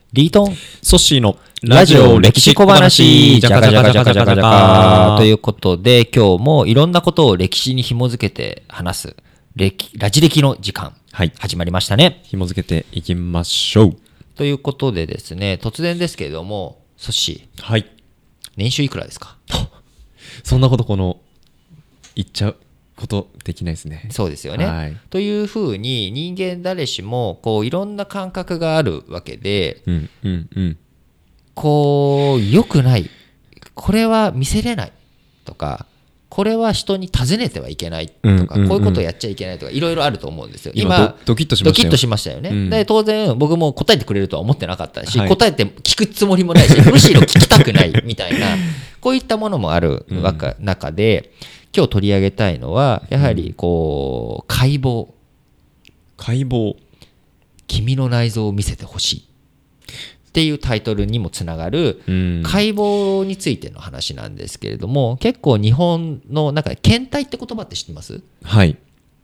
リートンソッシーのラジオ歴史小話、じゃかじゃかじゃかじゃかじゃかということで、今日もいろんなことを歴史に紐づけて話すラジ歴の時間、 はい、 始まりましたね。 紐づけていきましょう。 ということでですね、突然ですけれども、ソッシー、 はい、 年収いくらですか？ そんなこと言っちゃうことできないですね。 そうですよね、 はい、 というふうに人間誰しもこういろんな感覚があるわけで、こう良くない、これは見せれないとか、これは人に尋ねてはいけないとか、こういうことをやっちゃいけないとかいろいろあると思うんですよ。 今ドキッとしましたよね、で当然僕も答えてくれるとは思ってなかったし、 はい、 答えて聞くつもりもないし、むしろ聞きたくないみたいなこういったものもある中で、今日取り上げたいのはやはりこう解剖、君の内臓を見せてほしいっていうタイトルにもつながる解剖についての話なんですけれども、結構日本の中で検体って言葉って知ってます？ はい、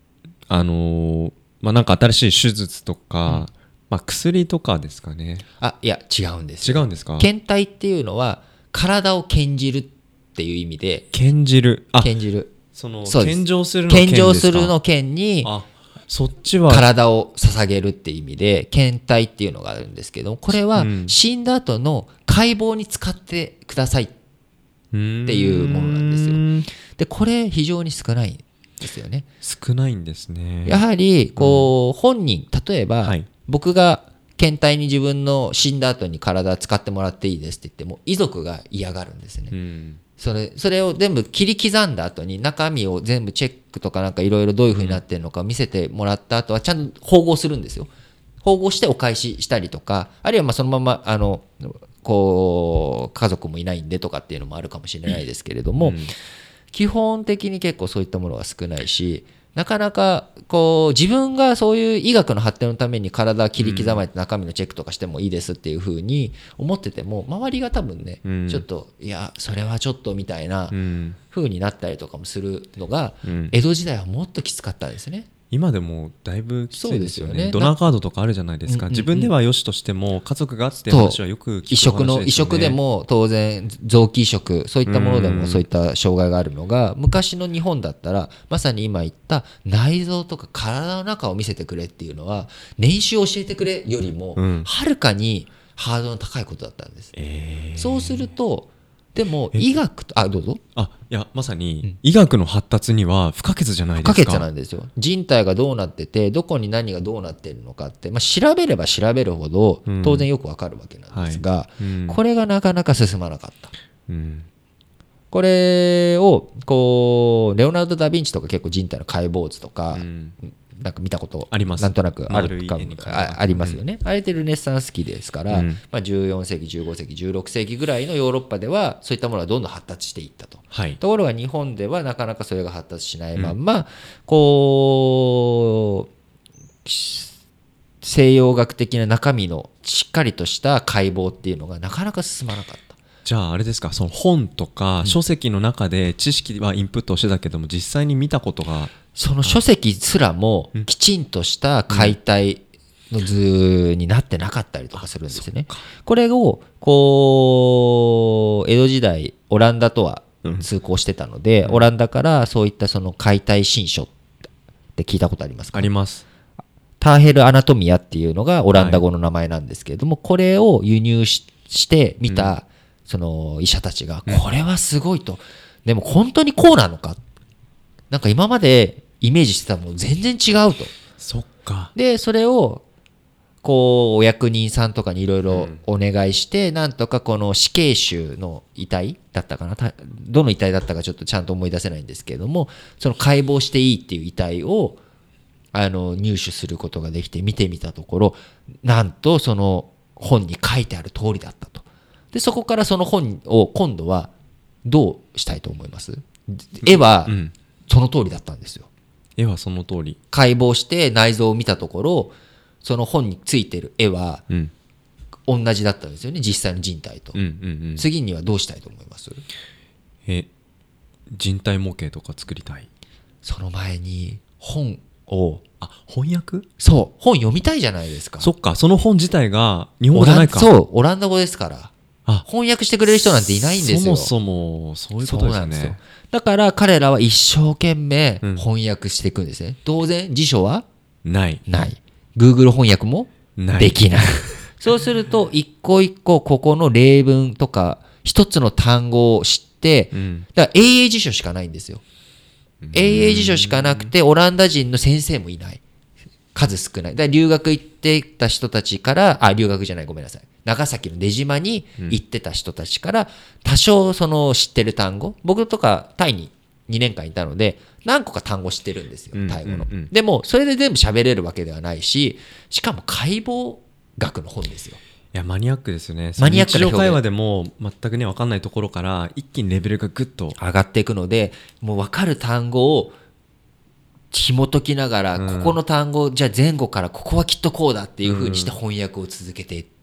なんか新しい手術とか、薬とかですかね。 いや違うんです。 違うんですか？ 検体っていうのは体を検じるっていう意味で、 検じる、その献上するの検ですか？ 献上するの検にそっちは体を捧げるっていう意味で検体っていうのがあるんですけど、これは死んだ後の解剖に使ってくださいっていうものなんですよ。でこれ非常に少ないんですよね。 少ないんですね。 やはりこう本人、例えば僕が検体に自分の死んだ後に体使ってもらっていいですって言っても遺族が嫌がるんですね。それを全部切り刻んだ後に中身を全部チェックとかなんかいろいろどういう風になってるのか見せてもらった後はちゃんと縫合するんですよ。縫合してお返ししたりとか、あるいはそのままこう家族もいないんでとかっていうのもあるかもしれないですけれども、基本的に結構そういったものが少ないし、なかなかこう自分がそういう医学の発展のために体切り刻まれて中身のチェックとかしてもいいですっていう風に思ってても、周りが多分ね、ちょっといやそれはちょっとみたいな風になったりとかもするのが、江戸時代はもっときつかったんですね。 今でもだいぶきついですよね。 そうですよね。 ドナーカードとかあるじゃないですか。自分では良しとしても家族がって話はよく聞く話ですよね。 移植でも当然臓器移植、そういったものでもそういった障害があるのが、昔の日本だったらまさに今言った内臓とか体の中を見せてくれっていうのは、年収を教えてくれよりもはるかにハードルの高いことだったんです。そうするとでも医学とどうぞ。 いやまさに医学の発達には不可欠じゃないですか。 不可欠なんですよ。人体がどうなっててどこに何がどうなっているのかって、調べれば調べるほど当然よくわかるわけなんですが、これがなかなか進まなかった。これをこうレオナルド・ダ・ヴィンチとか結構人体の解剖図とか、なんか見たことあります。 なんとなくあるかありますよね。あれってルネサンス期ですから、14世紀15世紀16世紀ぐらいのヨーロッパではそういったものがどんどん発達していったと、ところが日本ではなかなかそれが発達しないまんま、こう西洋学的な中身のしっかりとした解剖っていうのがなかなか進まなかった。 じゃああれですか、その本とか書籍の中で知識はインプットしてたけども、実際に見たことがその書籍すらもきちんとした解体の図になってなかったりとかするんですよね。これをこう江戸時代オランダとは通行してたので、オランダからそういったその解体新書って聞いたことありますか？ あります。 ターヘル・アナトミアっていうのがオランダ語の名前なんですけれども、これを輸入して見たその医者たちがこれはすごいと、でも本当にこうなのか、なんか今までイメージしてたもの全然違うと。 そっか。 でそれをこうお役人さんとかにいろいろお願いして、なんとかこの死刑囚の遺体だったかな、どの遺体だったかちょっとちゃんと思い出せないんですけれども、その解剖していいっていう遺体を入手することができて見てみたところ、なんとその本に書いてある通りだったと。でそこからその本を今度はどうしたいと思います？絵はその通りだったんですよ。 絵はその通り。 解剖して内臓を見たところ、その本についてる絵は同じだったんですよね、実際の人体と。次にはどうしたいと思います？ 人体模型とか作りたい。 その前に本お翻訳？ そう本読みたいじゃないですか。 そっか、その本自体が日本語じゃないか。 そうオランダ語ですから。翻訳してくれる人なんていないんですよ。 そもそもそういうことですね。そうなんですよ。 だから彼らは一生懸命翻訳していくんですね。当然辞書はない。 Google 翻訳もできない。そうすると一個一個ここの例文とか一つの単語を知って、だから英英辞書しかないんですよ。英英辞書しかなくてオランダ人の先生もいない。数少ない。だから留学行ってた人たちから、留学じゃない、ごめんなさい。長崎の出島に行ってた人たちから、多少その知ってる単語、僕とかタイに2年間いたので、何個か単語知ってるんですよ、タイ語の。でも、それで全部喋れるわけではないし、しかも解剖学の本ですよ。 いや、マニアックですよね。 マニアックな日常会話でも全くね、分かんないところから、一気にレベルがぐっと上がっていくので、もう分かる単語を、紐解きながら、ここの単語、じゃあ前後からここはきっとこうだっていう風にして翻訳を続けていって、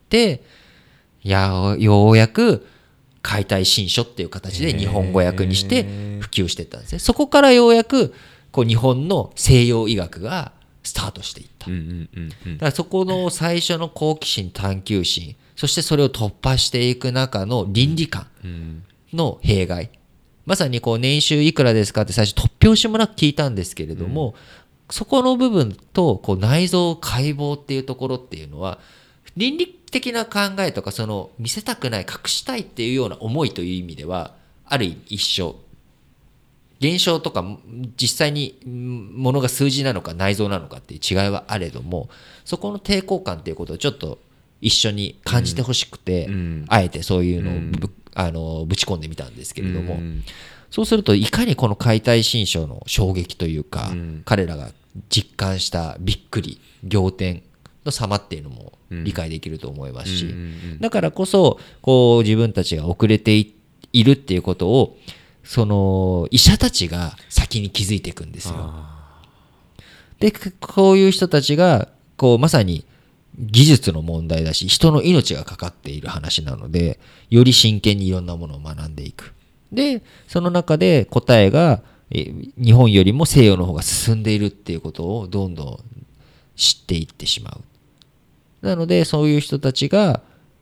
ようやく解体新書っていう形で日本語訳にして普及していったんですね。そこからようやくこう日本の西洋医学がスタートしていった。だからそこの最初の好奇心、探求心、そしてそれを突破していく中の倫理観の弊害。まさにこう年収いくらですかって最初突拍子もなく聞いたんですけれども、そこの部分とこう内臓解剖っていうところっていうのは倫理的な考えとかその見せたくない隠したいっていうような思いという意味ではある意味一緒。現象とか実際にものが数字なのか内臓なのかっていう違いはあれども、そこの抵抗感っていうことをちょっと一緒に感じてほしくて、あえてそういうのをぶち込んでみたんですけれども、そうするといかにこの解体新書の衝撃というか、彼らが実感したびっくり仰天の様っていうのも理解できると思いますし、だからこそこう自分たちが遅れているっていうことをその医者たちが先に気づいていくんですよ。でこういう人たちがこうまさに技術の問題だし人の命がかかっている話なので、より真剣にいろんなものを学んでいく。でその中で答えが日本よりも西洋の方が進んでいるっていうことをどんどん知っていってしまう。なのでそういう人たちが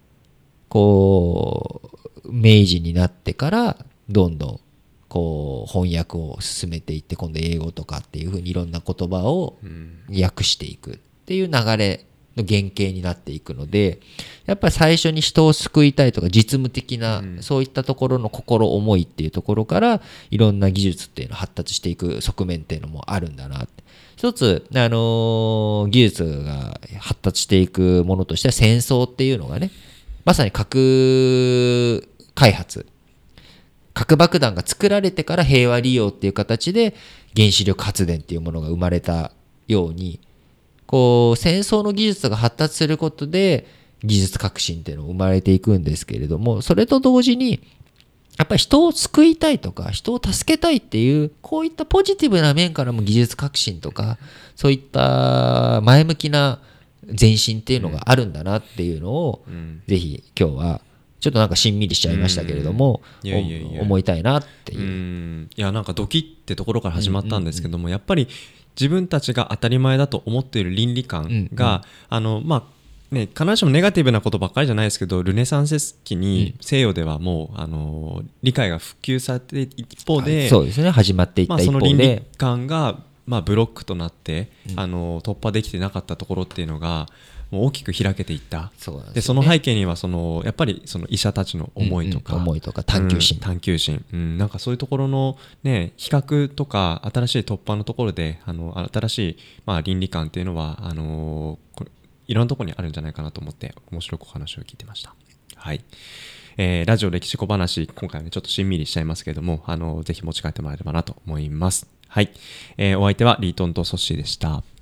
こう明治になってからどんどんこう翻訳を進めていって、今度英語とかっていうふうにいろんな言葉を訳していくっていう流れの原型になっていくので、やっぱり最初に人を救いたいとか実務的なそういったところの心思いっていうところからいろんな技術っていうの発達していく側面っていうのもあるんだなって。一つ、技術が発達していくものとしては戦争っていうのがね、まさに核開発、核爆弾が作られてから平和利用っていう形で原子力発電っていうものが生まれたように、こう戦争の技術が発達することで技術革新っていうのが生まれていくんですけれども、それと同時にやっぱり人を救いたいとか人を助けたいっていうこういったポジティブな面からも技術革新とかそういった前向きな前進っていうのがあるんだなっていうのを、ぜひ今日はちょっとなんかしんみりしちゃいましたけれども、思いたいなっていう。 いやなんかドキってところから始まったんですけども、やっぱり自分たちが当たり前だと思っている倫理観が、まあね、必ずしもネガティブなことばっかりじゃないですけど、ルネサンス期に西洋ではもう、理解が普及されて一方で、 そうですね、始まっていった一方で、 その倫理観が、ブロックとなって、突破できてなかったところっていうのがもう大きく開けていった。でその背景にはやっぱりその医者たちの思いとか、 思いとか探求心、 なんかそういうところのね、比較とか新しい突破のところで新しい、倫理観っていうのはいろんなところにあるんじゃないかなと思って面白くお話を聞いてました。はい。ラジオ歴史小話、今回はねちょっとしんみりしちゃいますけれども、ぜひ持ち帰ってもらえればなと思います。はい。お相手はリートンとソッシーでした。